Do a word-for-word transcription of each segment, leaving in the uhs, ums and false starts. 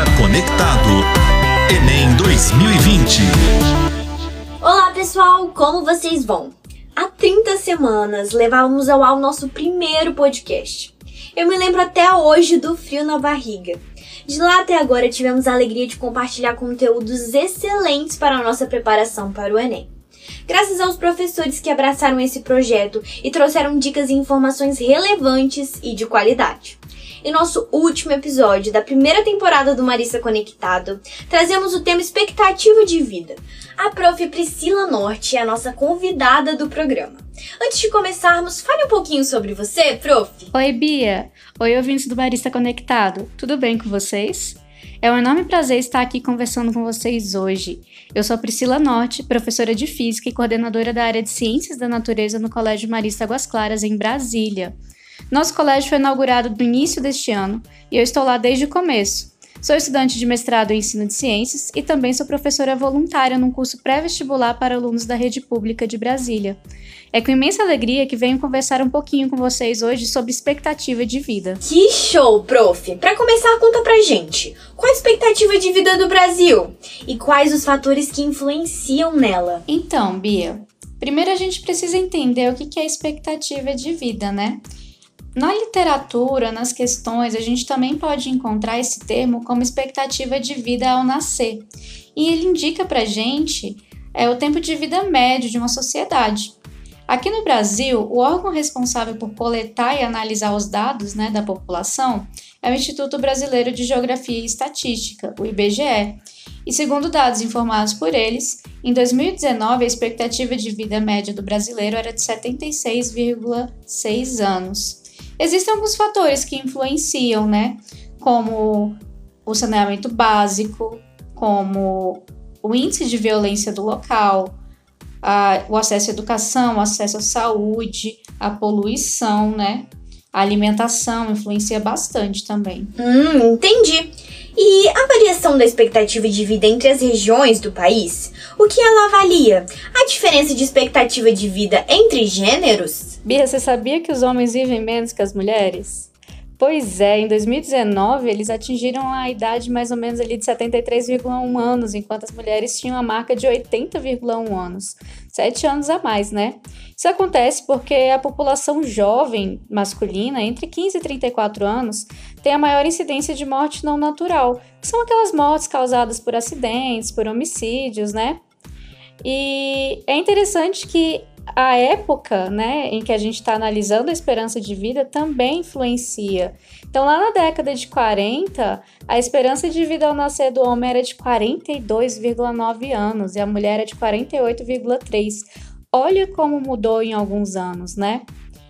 Conectado. Enem dois mil e vinte. Olá pessoal, como vocês vão? Há trinta semanas levávamos ao ar o nosso primeiro podcast. Eu me lembro até hoje do frio na barriga. De lá até agora tivemos a alegria de compartilhar conteúdos excelentes para a nossa preparação para o Enem. Graças aos professores que abraçaram esse projeto e trouxeram dicas e informações relevantes e de qualidade. Em nosso último episódio da primeira temporada do Marissa Conectado, trazemos o tema expectativa de vida. A prof Priscila Norte é a nossa convidada do programa. Antes de começarmos, fale um pouquinho sobre você, prof. Oi, Bia. Oi, ouvintes do Marissa Conectado. Tudo bem com vocês? É um enorme prazer estar aqui conversando com vocês hoje. Eu sou a Priscila Norte, professora de Física e coordenadora da área de Ciências da Natureza no Colégio Marista Águas Claras, em Brasília. Nosso colégio foi inaugurado no início deste ano e eu estou lá desde o começo. Sou estudante de mestrado em ensino de ciências e também sou professora voluntária num curso pré-vestibular para alunos da rede pública de Brasília. É com imensa alegria que venho conversar um pouquinho com vocês hoje sobre expectativa de vida. Que show, prof! Para começar, conta pra gente, qual a expectativa de vida do Brasil? E quais os fatores que influenciam nela? Então, Bia, primeiro a gente precisa entender o que é expectativa de vida, né? Na literatura, nas questões, a gente também pode encontrar esse termo como expectativa de vida ao nascer. E ele indica pra gente é, o tempo de vida médio de uma sociedade. Aqui no Brasil, o órgão responsável por coletar e analisar os dados, né, da população é o Instituto Brasileiro de Geografia e Estatística, o I B G E. E segundo dados informados por eles, em dois mil e dezenove a expectativa de vida média do brasileiro era de setenta e seis vírgula seis anos. Existem alguns fatores que influenciam, né? Como o saneamento básico, como o índice de violência do local, a, o acesso à educação, o acesso à saúde, a poluição, né? A alimentação influencia bastante também. Hum, entendi. E a avaliação da expectativa de vida entre as regiões do país? O que ela avalia? A diferença de expectativa de vida entre gêneros? Bia, você sabia que os homens vivem menos que as mulheres? Pois é, em dois mil e dezenove eles atingiram a idade mais ou menos ali de setenta e três vírgula um anos, enquanto as mulheres tinham a marca de oitenta vírgula um anos. Sete anos a mais, né? Isso acontece porque a população jovem masculina, entre quinze e trinta e quatro anos, tem a maior incidência de morte não natural, que são aquelas mortes causadas por acidentes, por homicídios, né? E é interessante que a época, né, em que a gente está analisando a esperança de vida também influencia. Então, lá na década de quarenta, a esperança de vida ao nascer do homem era de quarenta e dois vírgula nove anos e a mulher era de quarenta e oito vírgula três. Olha como mudou em alguns anos, né?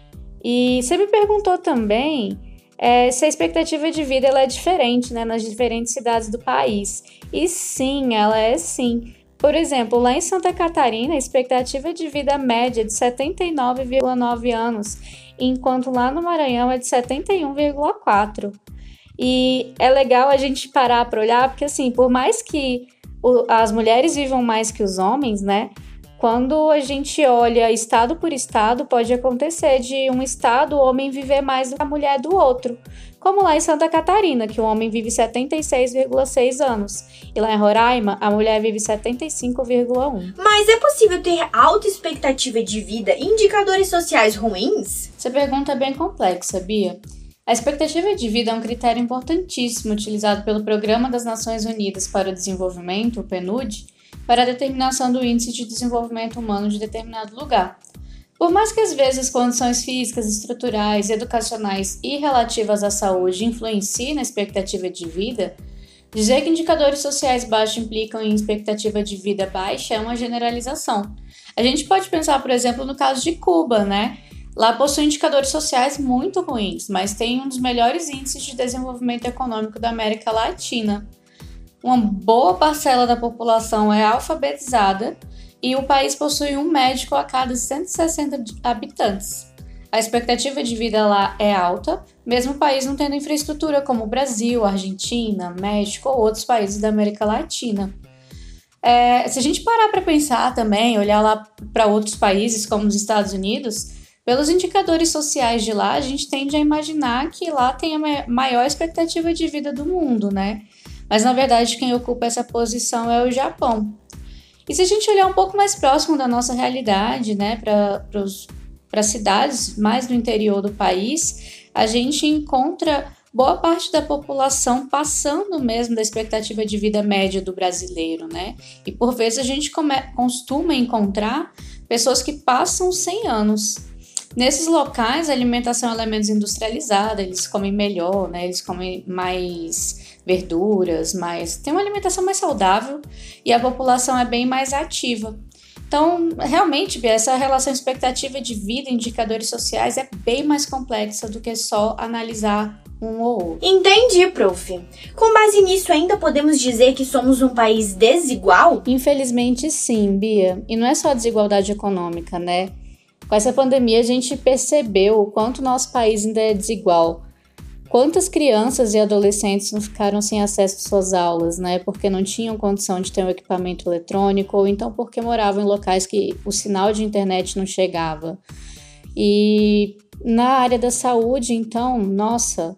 E você me perguntou também é, se a expectativa de vida ela é diferente, né, nas diferentes cidades do país. E sim, ela é sim. Por exemplo, lá em Santa Catarina, a expectativa de vida média é de setenta e nove vírgula nove anos, enquanto lá no Maranhão é de setenta e um vírgula quatro. E é legal a gente parar para olhar, porque assim, por mais que o, as mulheres vivam mais que os homens, né? Quando a gente olha estado por estado, pode acontecer de um estado o homem viver mais do que a mulher do outro. Como lá em Santa Catarina, que o homem vive setenta e seis vírgula seis anos. E lá em Roraima, a mulher vive setenta e cinco vírgula um. Mas é possível ter alta expectativa de vida e indicadores sociais ruins? Essa pergunta é bem complexa, Bia. A expectativa de vida é um critério importantíssimo utilizado pelo Programa das Nações Unidas para o Desenvolvimento, o P N U D, para a determinação do índice de desenvolvimento humano de determinado lugar. Por mais que às vezes as condições físicas, estruturais, educacionais e relativas à saúde influenciem na expectativa de vida, dizer que indicadores sociais baixos implicam em expectativa de vida baixa é uma generalização. A gente pode pensar, por exemplo, no caso de Cuba, né? Lá possui indicadores sociais muito ruins, mas tem um dos melhores índices de desenvolvimento econômico da América Latina. Uma boa parcela da população é alfabetizada e o país possui um médico a cada cento e sessenta habitantes. A expectativa de vida lá é alta, mesmo o país não tendo infraestrutura como o Brasil, Argentina, México ou outros países da América Latina. É, se a gente parar para pensar também, olhar lá para outros países como os Estados Unidos, pelos indicadores sociais de lá, a gente tende a imaginar que lá tem a maior expectativa de vida do mundo, né? mas na verdade quem ocupa essa posição é o Japão. E se a gente olhar um pouco mais próximo da nossa realidade, né, para as cidades mais do interior do país, a gente encontra boa parte da população passando mesmo da expectativa de vida média do brasileiro, né? E por vezes a gente come, costuma encontrar pessoas que passam cem anos. Nesses locais, a alimentação ela é menos industrializada, eles comem melhor, né? Eles comem mais verduras, mais... tem uma alimentação mais saudável e a população é bem mais ativa. Então, realmente, Bia, essa relação expectativa de vida, indicadores sociais é bem mais complexa do que só analisar um ou outro. Entendi, prof. Com base nisso, ainda podemos dizer que somos um país desigual? Infelizmente, sim, Bia. E não é só desigualdade econômica, né? Com essa pandemia, a gente percebeu o quanto nosso país ainda é desigual. Quantas crianças e adolescentes não ficaram sem acesso às suas aulas, né? Porque não tinham condição de ter um equipamento eletrônico ou então porque moravam em locais que o sinal de internet não chegava. E na área da saúde, então, nossa,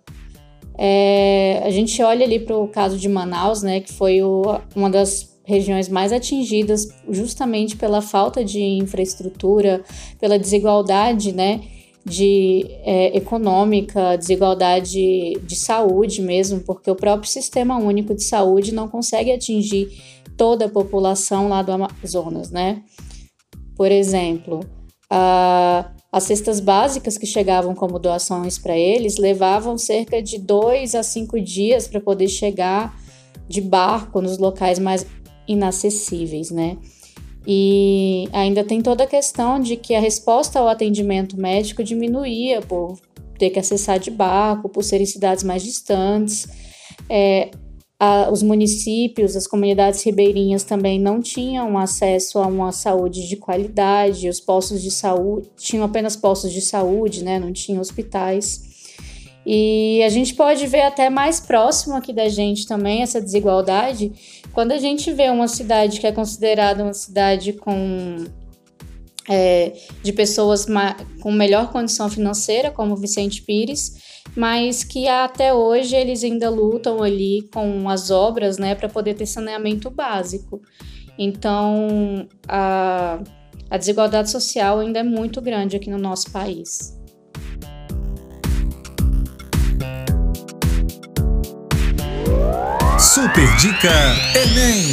é, a gente olha ali para o caso de Manaus, né? Que foi o, uma das regiões mais atingidas justamente pela falta de infraestrutura, pela desigualdade, né? de é, econômica, desigualdade de saúde mesmo, porque o próprio Sistema Único de Saúde não consegue atingir toda a população lá do Amazonas, né? Por exemplo, a, as cestas básicas que chegavam como doações para eles levavam cerca de dois a cinco dias para poder chegar de barco nos locais mais inacessíveis, né? E ainda tem toda a questão de que a resposta ao atendimento médico diminuía por ter que acessar de barco, por serem cidades mais distantes. É, a, os municípios, as comunidades ribeirinhas também não tinham acesso a uma saúde de qualidade, os postos de saúde, tinham apenas postos de saúde, né? Não tinham hospitais. E a gente pode ver até mais próximo aqui da gente também essa desigualdade quando a gente vê uma cidade que é considerada uma cidade com, é, de pessoas ma- com melhor condição financeira, como Vicente Pires, mas que até hoje eles ainda lutam ali com as obras, né, para poder ter saneamento básico. Então, a, a desigualdade social ainda é muito grande aqui no nosso país. Super Dica Enem.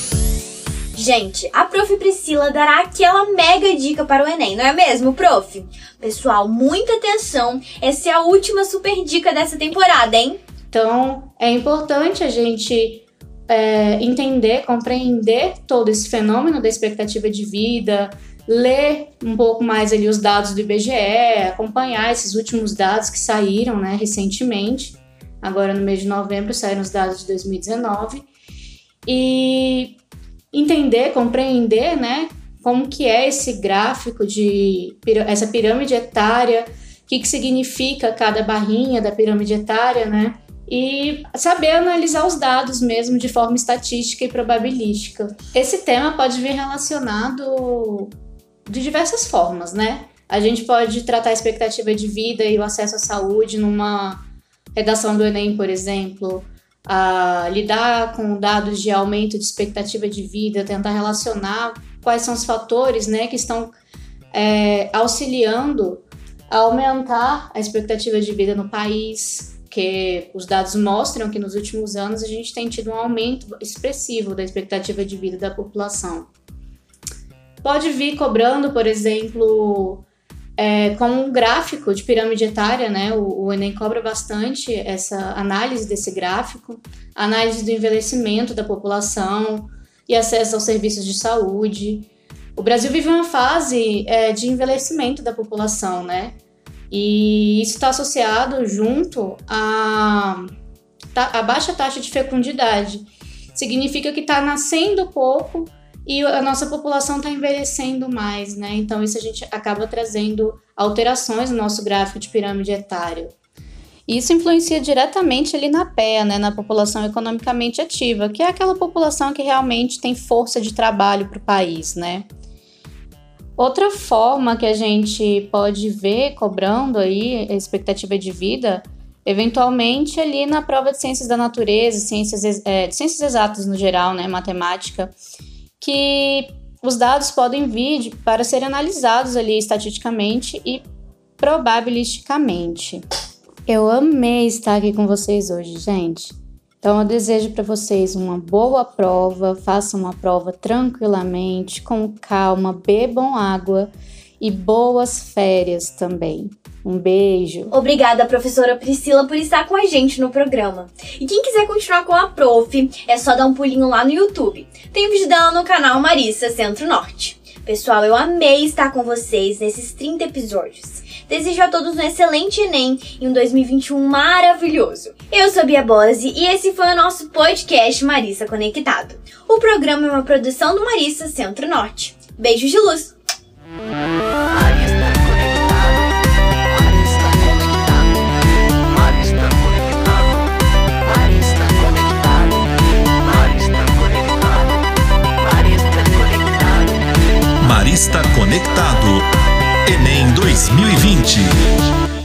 Gente, a prof Priscila dará aquela mega dica para o Enem, não é mesmo, prof? Pessoal, muita atenção, essa é a última super dica dessa temporada, hein? Então, é importante a gente é, entender, compreender todo esse fenômeno da expectativa de vida, ler um pouco mais ali os dados do I B G E, acompanhar esses últimos dados que saíram, né, recentemente. Agora, no mês de novembro, saíram os dados de dois mil e dezenove. E entender, compreender, né, como que é esse gráfico, de essa pirâmide etária, o que, que significa cada barrinha da pirâmide etária, né? E saber analisar os dados mesmo de forma estatística e probabilística. Esse tema pode vir relacionado de diversas formas, né? A gente pode tratar a expectativa de vida e o acesso à saúde numa redação do Enem, por exemplo, a lidar com dados de aumento de expectativa de vida, tentar relacionar quais são os fatores, né, que estão é, auxiliando a aumentar a expectativa de vida no país, que os dados mostram que nos últimos anos a gente tem tido um aumento expressivo da expectativa de vida da população. Pode vir cobrando, por exemplo, É, com um gráfico de pirâmide etária, né? O, o Enem cobra bastante essa análise desse gráfico, análise do envelhecimento da população e acesso aos serviços de saúde. O Brasil vive uma fase é, de envelhecimento da população, né? E isso está associado junto à, à baixa taxa de fecundidade. Significa que está nascendo pouco e a nossa população está envelhecendo mais, né? Então isso a gente acaba trazendo alterações no nosso gráfico de pirâmide etária. Isso influencia diretamente ali na P E A, né? Na população economicamente ativa, que é aquela população que realmente tem força de trabalho para o país, né? Outra forma que a gente pode ver cobrando aí a expectativa de vida Eventualmente, ali na prova de ciências da natureza, ciências, é, ciências exatas no geral, né, matemática, que os dados podem vir de, para serem analisados ali estatisticamente e probabilisticamente. Eu amei estar aqui com vocês hoje, gente. Então, eu desejo para vocês uma boa prova, façam uma prova tranquilamente, com calma, bebam água e boas férias também. Um beijo. Obrigada, professora Priscila, por estar com a gente no programa. E quem quiser continuar com a prof, é só dar um pulinho lá no YouTube. Tem um vídeo dela no canal Marissa Centro-Norte. Pessoal, eu amei estar com vocês nesses trinta episódios. Desejo a todos um excelente Enem e um dois mil e vinte e um maravilhoso. Eu sou a Bia Bose e esse foi o nosso podcast Marissa Conectado. O programa é uma produção do Marissa Centro-Norte. Beijos de luz! Marista Conectado. Enem dois mil e vinte.